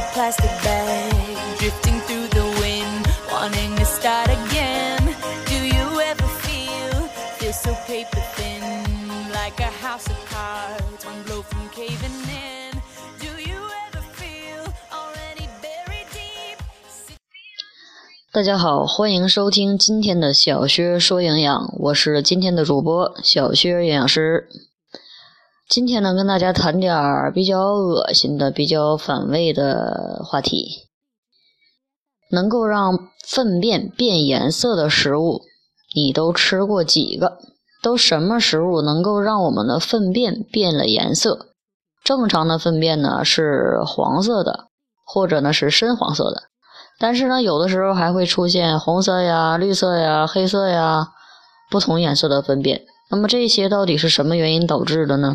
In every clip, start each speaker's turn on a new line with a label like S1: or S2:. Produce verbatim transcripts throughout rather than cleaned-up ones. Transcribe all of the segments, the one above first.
S1: a plastic bag, drifting through the wind, wanting to start again. Do you ever feel, feel so paper thin, like a house of cards, one blow from caving in? Do you ever feel already buried deep?
S2: 大家好，欢迎收听今天的小薛说营养，我是今天的主播小薛营养师。今天呢，跟大家谈点比较恶心的、比较反胃的话题。能够让粪便变颜色的食物，你都吃过几个？都什么食物能够让我们的粪便变了颜色？正常的粪便呢是黄色的，或者呢是深黄色的。但是呢，有的时候还会出现红色呀、绿色呀、黑色呀，不同颜色的粪便。那么这些到底是什么原因导致的呢？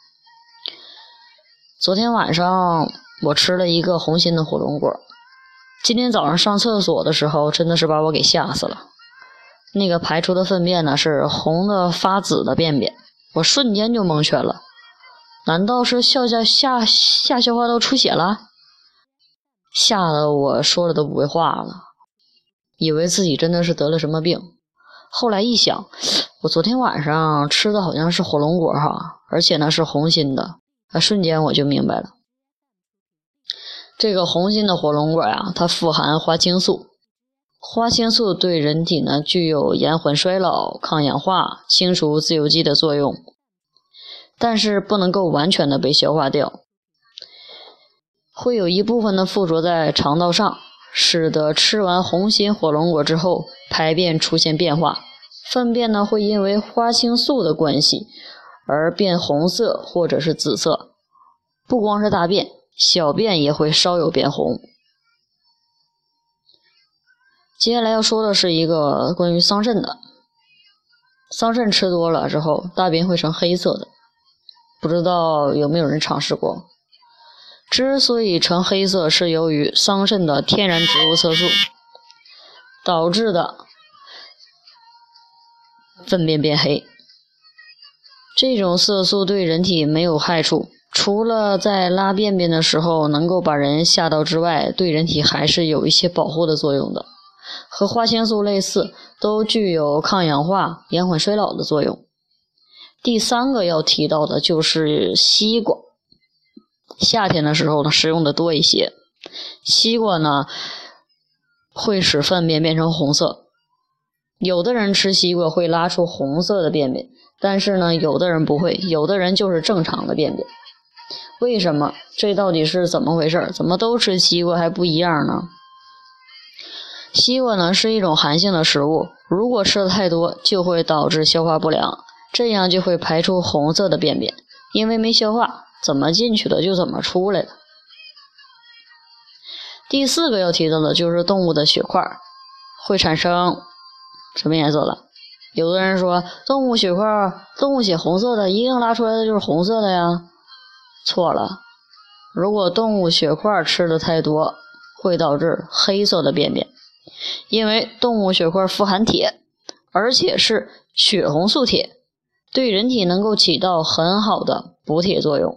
S2: 昨天晚上我吃了一个红心的火龙果，今天早上上厕所的时候真的是把我给吓死了。那个排出的粪便呢是红的发紫的便便，我瞬间就蒙圈了。难道是下下下下消化道出血了？吓得我说了都不会话了，以为自己真的是得了什么病。后来一想，我昨天晚上吃的好像是火龙果哈，而且呢是红心的，瞬间我就明白了。这个红心的火龙果呀，它富含花青素。花青素对人体呢具有延缓衰老、抗氧化、清除自由基的作用，但是不能够完全的被消化掉，会有一部分的附着在肠道上，使得吃完红心火龙果之后排便出现变化，粪便呢会因为花青素的关系而变红色或者是紫色。不光是大便，小便也会稍有变红。接下来要说的是一个关于桑葚的。桑葚吃多了之后，大便会成黑色的，不知道有没有人尝试过。之所以成黑色，是由于桑葚的天然植物色素导致的粪便变黑。这种色素对人体没有害处，除了在拉便便的时候能够把人吓到之外，对人体还是有一些保护的作用的。和花青素类似，都具有抗氧化、延缓衰老的作用。第三个要提到的就是西瓜。夏天的时候呢，食用的多一些。西瓜呢，会使粪便变成红色。有的人吃西瓜会拉出红色的便便，但是呢，有的人不会，有的人就是正常的便便。为什么？这到底是怎么回事？怎么都吃西瓜还不一样呢？西瓜呢是一种寒性的食物，如果吃的太多，就会导致消化不良，这样就会排出红色的便便，因为没消化，怎么进去的就怎么出来的。第四个要提到的就是动物的血块会产生什么颜色了？有的人说动物血块，动物血红色的，一定拉出来的就是红色的呀。错了，如果动物血块吃的太多，会导致黑色的便便，因为动物血块富含铁，而且是血红素铁，对人体能够起到很好的补铁作用。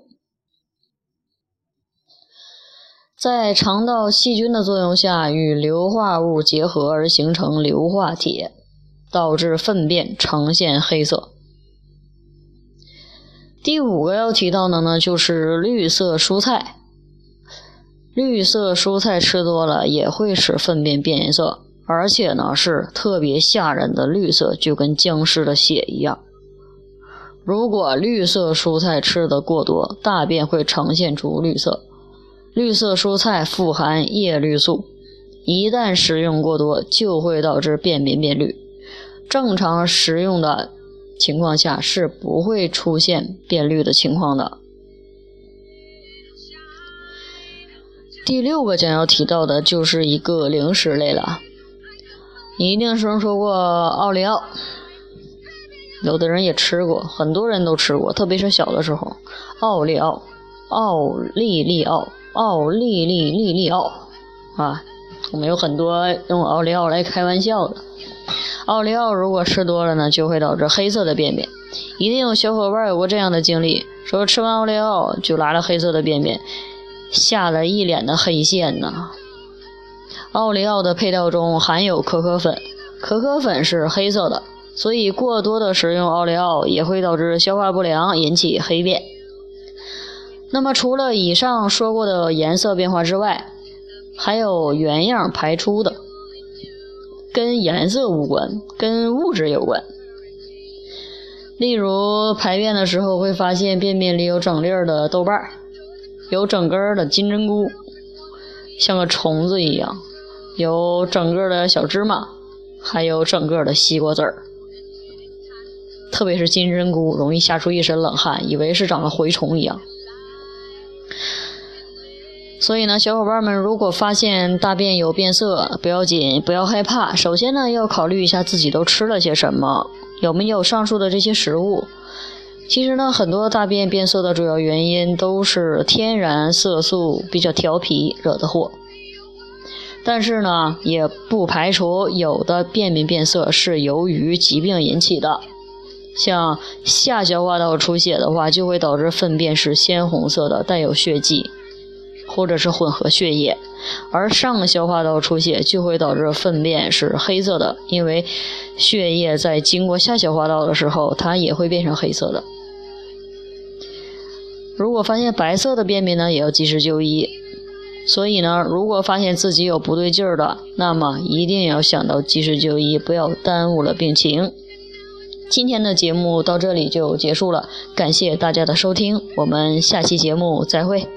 S2: 在肠道细菌的作用下，与硫化物结合而形成硫化铁，导致粪便呈现黑色。第五个要提到的呢，就是绿色蔬菜。绿色蔬菜吃多了也会使粪便变颜色，而且呢是特别吓人的绿色，就跟僵尸的血一样。如果绿色蔬菜吃得过多，大便会呈现出绿色。绿色蔬菜富含叶绿素，一旦食用过多，就会导致便便变绿。正常食用的情况下是不会出现变绿的情况的。第六个将要提到的就是一个零食类了。你一定是说过奥利奥，有的人也吃过，很多人都吃过，特别是小的时候。奥利奥，奥利利奥，奥利利利利奥啊，我们有很多用奥利奥来开玩笑的。奥利奥如果吃多了呢，就会导致黑色的便便。一定有小伙伴有过这样的经历，说吃完奥利奥就拉了黑色的便便， 吓了一脸的黑线呢。奥利奥的配料中含有可可粉，可可粉是黑色的，所以过多的食用奥利奥也会导致消化不良，引起黑便。那么除了以上说过的颜色变化之外，还有原样排出的，跟颜色无关，跟物质有关。例如排便的时候会发现便便里有整粒的豆瓣，有整根的金针菇，像个虫子一样，有整个的小芝麻，还有整个的西瓜籽儿。特别是金针菇容易吓出一身冷汗，以为是长了蛔虫一样。所以呢，小伙伴们如果发现大便有变色，不要紧，不要害怕。首先呢，要考虑一下自己都吃了些什么，有没有上述的这些食物。其实呢，很多大便变色的主要原因都是天然色素比较调皮惹的祸。但是呢，也不排除有的便便变色是由于疾病引起的。像下消化道出血的话，就会导致粪便是鲜红色的，带有血迹，或者是混合血液。而上消化道出血就会导致粪便是黑色的，因为血液在经过下消化道的时候，它也会变成黑色的。如果发现白色的便便呢，也要及时就医。所以呢，如果发现自己有不对劲儿的，那么一定要想到及时就医，不要耽误了病情。今天的节目到这里就结束了，感谢大家的收听，我们下期节目再会。